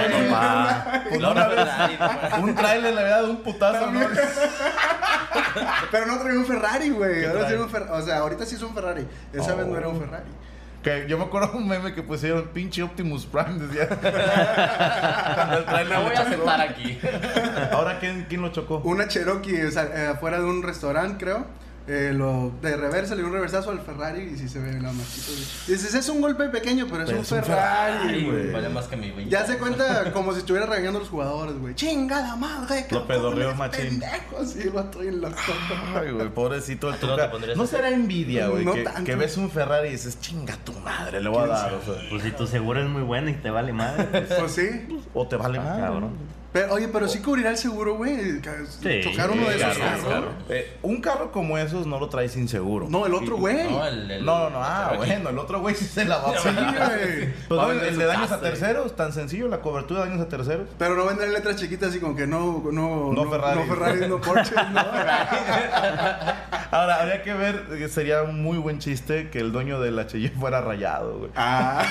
Ferrari. Un trailer le había dado un putazo, ¿no? Pero no traía un Ferrari, güey. Ahora trae? sí o sea, ahorita sí es un Ferrari. Esa vez no era un Ferrari. Que yo me acuerdo un meme que pusieron pinche Optimus Prime, decía. Cuando el trailer Me voy a sentar aquí. Ahora, ¿quién lo chocó? Una Cherokee, o sea, afuera de un restaurante, creo. De reversa, le dio un reversazo al Ferrari y sí se ve la machito. Dices, es un golpe pequeño, pero es un Ferrari, güey. Vale más que mi 20. Ya se cuenta como si estuviera regañando a los jugadores, güey. ¡Chingada madre! Lo pedorreó machín. Pendejo, sí, lo estoy en loco. Ay, güey, pobrecito el ¿Tú no Tuca. te pondrías ¿No así? será envidia, güey? No que, tanto. que ves un Ferrari y dices, chinga tu madre, le voy a dar. O sea, Pues si tu seguro es muy bueno y te vale madre. Pues, Pues sí. o te vale más. cabrón. Pero, oye, pero sí cubrirá el seguro, güey. Chocar uno de esos claro, carros. claro. Un carro como esos no lo traes sin seguro. No, el otro, güey. No, Bueno, el otro güey sí se la va a Sí, güey. Pues Va a no, vender el su de daños a casa, terceros, tan sencillo, la cobertura de daños a terceros. Pero no vendrán letras chiquitas así como que no Ferrari. No Ferrari, no Porsche, no. Ahora, habría que ver, sería un muy buen chiste que el dueño del HY fuera rayado, güey. Ah.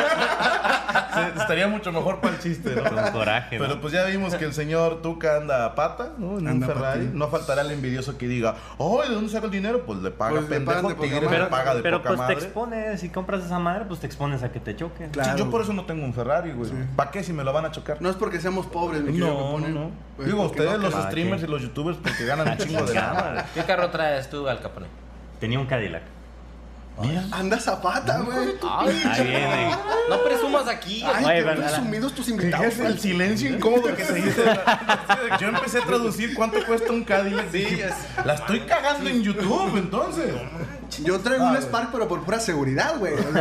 Estaría mucho mejor para el chiste, ¿no? Con coraje, ¿no? Pero pues ya vimos que el señor Tuca anda a pata, ¿no? En un Anda Ferrari. patín. No faltará el envidioso que diga, ¡ay, ¿de dónde saca el dinero? Pues le paga Pues le pagan pendejo, de poca Tigre madre. le paga de Pero poca pues madre. te expones, si compras esa madre, pues te expones a que te choquen. Claro. Sí, yo por eso no tengo un Ferrari, güey. Sí. ¿Para qué si me lo van a chocar? No es porque seamos pobres, mi querido No, Capone. no. Pues Digo, porque ustedes, no, los que- streamers y los youtubers, porque ganan un chingo de lana. ¿Qué carro traes tú, Al Capone? Tenía un Cadillac. Mira. Anda zapata, güey. Ahí viene. No presumas aquí. Ay, Oye, qué pero- presumidos tus ¿Qué invitados, es el güey. silencio incómodo que se hizo? Yo empecé a traducir cuánto cuesta un Cadillac. Dije, la estoy cagando en YouTube, entonces. Yo traigo un Spark, pero por pura seguridad, güey. O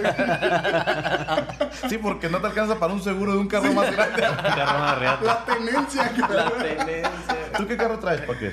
sea, Sí, porque no te alcanza para un seguro de un carro más grande. Carro más reato. la tenencia, güey. ¿Tú qué carro traes, Paqués?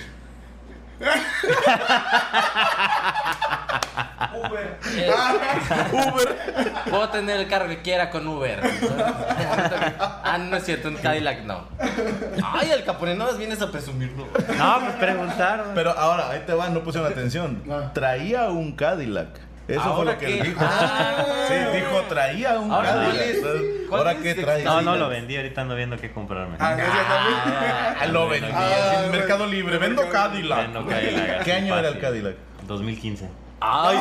Uber. Puedo tener el carro que quiera con Uber. No es cierto, un Cadillac no. Ay, Al Capone, no vienes a presumirlo. No, pues preguntaron. Pero ahora, ahí te va, no pusieron atención. Traía un Cadillac. Eso fue ¿Ahora lo que qué? él dijo. Ah. Sí, dijo, traía un Ahora, Cadillac. ¿cuál es? Entonces, ¿Cuál ¿ahora es? qué traes? No lo vendí, ahorita ando viendo qué comprarme. Lo vendí en el Mercado Libre. Vendo Cadillac. Vendo Cadillac, ¿Qué así año era el fácil. Cadillac? 2015. Ay,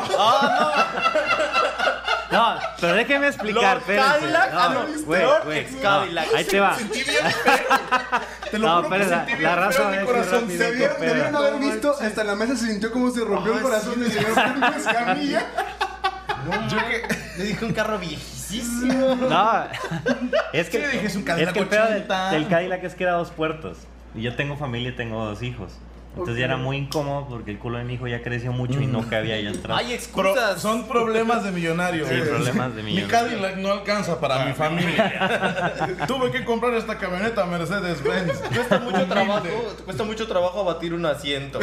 No, pero déjeme explicar, Lord espérense. Cadillac, Güey, Lord güey, ex no, Cadillac. ahí te va. Te lo No, juro que pero sentí bien la feo razón en mi es corazón. que Se rápido, Debieron haber visto, hasta en la mesa se sintió como se rompió el corazón del señor Fernando Escamilla. Yo que... le dije un carro viejísimo. No, es que, Sí, dije, es un es Cadillac que el pedo 80. del Cadillac es que era 2 puertos. Y yo tengo familia y tengo 2 hijos. Entonces ya era muy incómodo porque el culo de mi hijo ya creció mucho y no cabía ahí atrás. Hay excusas. Son problemas de millonario. Sí, güey. problemas de Mi millonario. Cadillac no alcanza para mi familia. Tuve que comprar esta camioneta Mercedes-Benz. Cuesta mucho trabajo abatir un asiento.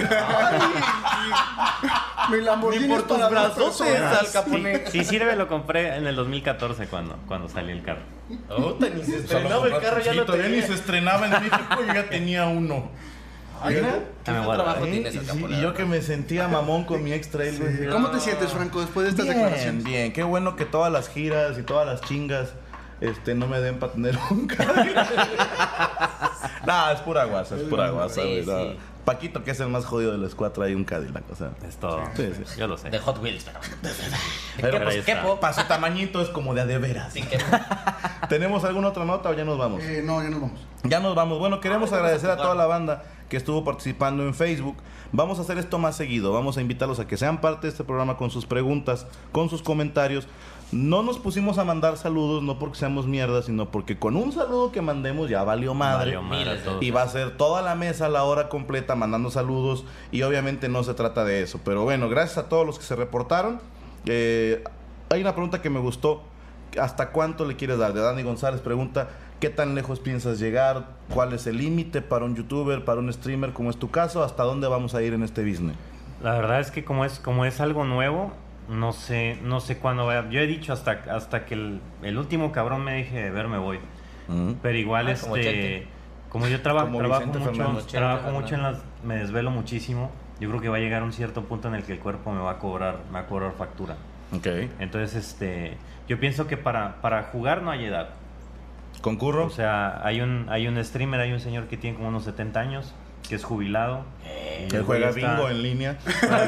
Mi Lamborghini Ni por es tus para dos brazotes, personas. Al Capone. Si sirve, lo compré en el 2014 cuando salió el carro. Puta, ni se O sea, lo estrenaba el compraste carro, ya lo todavía ni tenía. se estrenaba en México, yo ya tenía uno. Mira. ¿Qué me buen guardo. trabajo Sí, tienes, y Al sí, Capone? y yo que me sentía mamón con mi ex trail, güey. ¿Cómo te sientes, Franco, después de estas Bien, declaraciones? bien. Qué bueno que todas las giras y todas las chingas no me den para tener un Cadillac. Nah, es pura guasa, Sí, güey. No. sí. Paquito, que es el más jodido de los 4, hay un Cadillac, o sea. Es todo. Sí, sí. Yo lo sé. De Hot Wheels, pero. Pero ahí pues, está. para su tamañito es como de veras. Sí, que. ¿Tenemos alguna otra nota o ya nos vamos? No, ya nos vamos. Ya nos vamos. Bueno, queremos agradecer a toda la banda que estuvo participando en Facebook. Vamos a hacer esto más seguido. Vamos a invitarlos a que sean parte de este programa con sus preguntas, con sus comentarios. No nos pusimos a mandar saludos, no porque seamos mierda, sino porque con un saludo que mandemos ya valió madre. Valió madre Miles de- todo. Y va a ser toda la mesa a la hora completa mandando saludos. Y obviamente no se trata de eso. Pero bueno, gracias a todos los que se reportaron. Hay una pregunta que me gustó. ¿hasta cuánto le quieres dar? De Dani González pregunta, ¿qué tan lejos piensas llegar? ¿Cuál es el límite para un youtuber, para un streamer, como es tu caso? ¿Hasta dónde vamos a ir en este business? La verdad es que como es algo nuevo, no sé cuándo vaya. Yo he dicho hasta que el último cabrón me deje de ver, me voy. Pero igual como yo trabajo mucho me desvelo muchísimo. Yo creo que va a llegar un cierto punto en el que el cuerpo me va a cobrar factura. Okay. Entonces, yo pienso que para jugar no hay edad. ¿Concurro? O sea, hay un streamer, hay un señor que tiene como unos 70 años, que es jubilado. Que juega bingo en línea.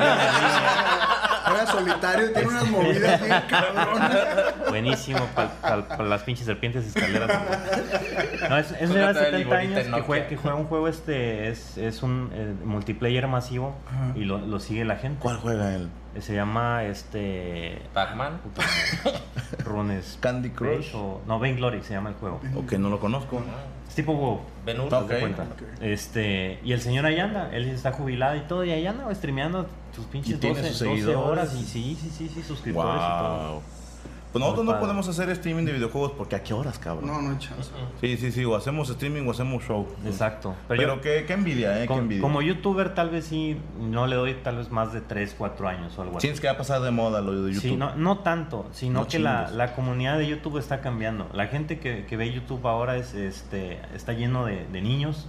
Juega solitario y tiene unas movidas bien cabronas. Buenísimo para las pinches serpientes escaleras. No, es un señor de 70 años que juega un juego, es un multiplayer masivo y lo sigue la gente. ¿Cuál juega él? Se llama Pac-Man. Runes. Candy Crush. No, Vainglory se llama el juego. Ok, no lo conozco. Es tipo WoW. Ben-Hur. Okay. Y el señor ahí anda, él está jubilado y todo, y ahí anda streameando sus pinches 12 horas y sí, suscriptores y todo. Pues nosotros no podemos hacer streaming de videojuegos porque ¿a qué horas, cabrón? No hay chance. Sí, o hacemos streaming o hacemos show. Exacto. Pero qué envidia, qué envidia. Como youtuber tal vez sí, no le doy tal vez más de 3, 4 años o algo así. Sientes que va a pasar de moda lo de YouTube. Sí, no tanto, sino No que la comunidad de YouTube está cambiando. La gente que ve YouTube ahora está lleno de niños,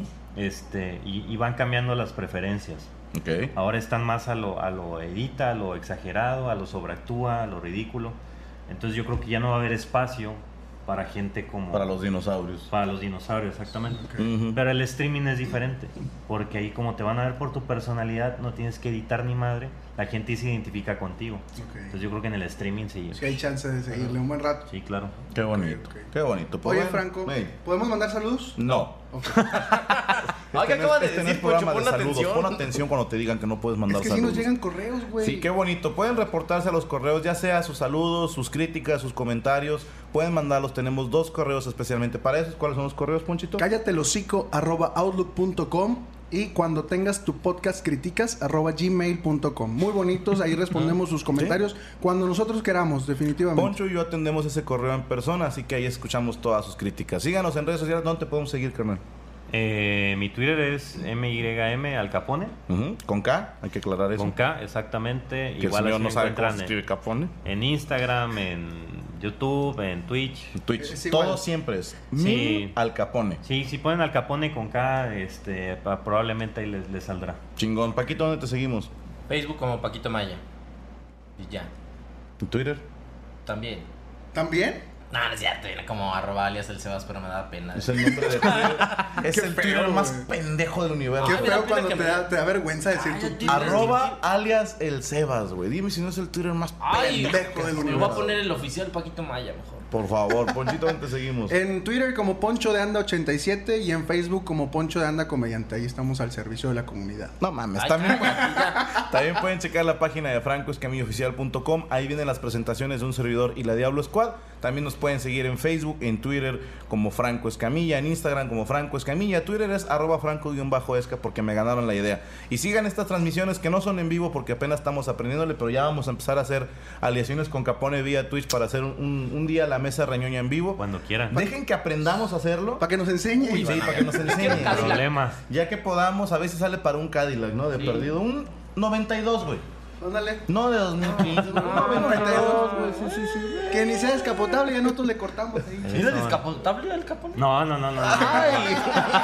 y van cambiando las preferencias. Okay. Ahora están más a lo edita, a lo exagerado, a lo sobreactúa, a lo ridículo. Entonces yo creo que ya no va a haber espacio para gente como... Para los dinosaurios. Para los dinosaurios, exactamente. Okay. Pero el streaming es diferente, porque ahí como te van a ver por tu personalidad, no tienes que editar ni madre, la gente se identifica contigo. Okay. Entonces yo creo que en el streaming sí hay chance de seguirle un buen rato. Sí, claro. Qué bonito, qué bonito. Oye, Franco, ¿podemos mandar saludos? No. Okay. ¿Qué acaba de decir, programa de saludos? Pon atención cuando te digan que no puedes mandar saludos. Es que sí nos llegan correos, güey. Sí, qué bonito. Pueden reportarse a los correos, ya sea sus saludos, sus críticas, sus comentarios. Pueden mandarlos. Tenemos 2 correos especialmente para eso. ¿Cuáles son los correos, Ponchito? cállatelhocico@outlook.com y cuando tengas tu podcast criticas @gmail.com. Muy bonitos, ahí respondemos sus comentarios cuando nosotros queramos, definitivamente. Poncho y yo atendemos ese correo en persona, así que ahí escuchamos todas sus críticas. Síganos en redes sociales. ¿Dónde te podemos seguir, carnal? Mi Twitter es MYM Al Capone. ¿Con K? Hay que aclarar eso. Con K, exactamente. Que igual el señor no sabe cómo se escribe Capone. En Instagram, en YouTube, en Twitch. Todo siempre es Al Capone. Sí, si ponen Al Capone con K, probablemente ahí les saldrá. Chingón. Paquito, ¿dónde te seguimos? Facebook como Paquito Maya. Y ya. ¿En Twitter? También. ¿También? No es cierto, era como @alias el Sebas, pero me da pena. Es el nombre de Twitter. Es el Twitter más pendejo del universo. Qué feo cuando te da vergüenza decir tu Twitter. @alias el Sebas, güey. Dime si no es el Twitter más pendejo del universo. Me voy a poner el oficial Paquito Maya mejor. Por favor, Ponchito, ¿dónde te seguimos? En Twitter como Poncho de Anda 87 y en Facebook como Poncho de Anda Comediante. Ahí estamos al servicio de la comunidad. No mames, también pueden checar la página de francoescamillooficial.com. Ahí vienen las presentaciones de un servidor y la Diablo Squad. También nos pueden seguir en Facebook, en Twitter como Franco Escamilla, en Instagram como Franco Escamilla. Twitter es @franco_esca porque me ganaron la idea. Y sigan estas transmisiones que no son en vivo porque apenas estamos aprendiéndole, pero ya vamos a empezar a hacer aliaciones con Capone vía Twitch para hacer un día la mesa reñoña en vivo. Cuando quieran. Dejen que aprendamos a hacerlo. Para que nos enseñe. Sí, para que nos enseñe. Problemas. Ya que podamos, a veces sale para un Cadillac, ¿no? De perdido. Un 92, güey. Ándale. No de 2015. No, 92, güey. Sí. Que ni sea descapotable, ya nosotros le cortamos ahí. ¿Es descapotable el Capone? No. Ay.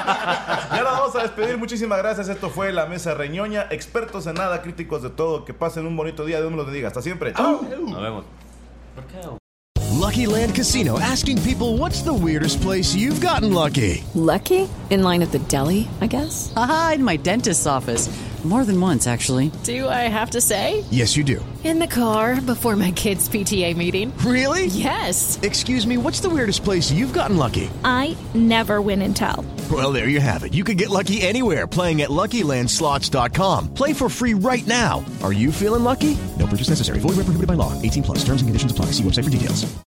Y ahora vamos a despedir. Muchísimas gracias. Esto fue La Mesa Reñoña. Expertos en nada, críticos de todo. Que pasen un bonito día. Dios me los bendiga. Hasta siempre. ¡Chao! Nos vemos. ¿Por qué? Lucky Land Casino, asking people, what's the weirdest place you've gotten lucky? Lucky? In line at the deli, I guess? Aha, in my dentist's office. More than once, actually. Do I have to say? Yes, you do. In the car before my kids' PTA meeting. Really? Yes. Excuse me, what's the weirdest place you've gotten lucky? I never win and tell. Well, there you have it. You can get lucky anywhere, playing at LuckyLandSlots.com. Play for free right now. Are you feeling lucky? No purchase necessary. Void where prohibited by law. 18+. Terms and conditions apply. See website for details.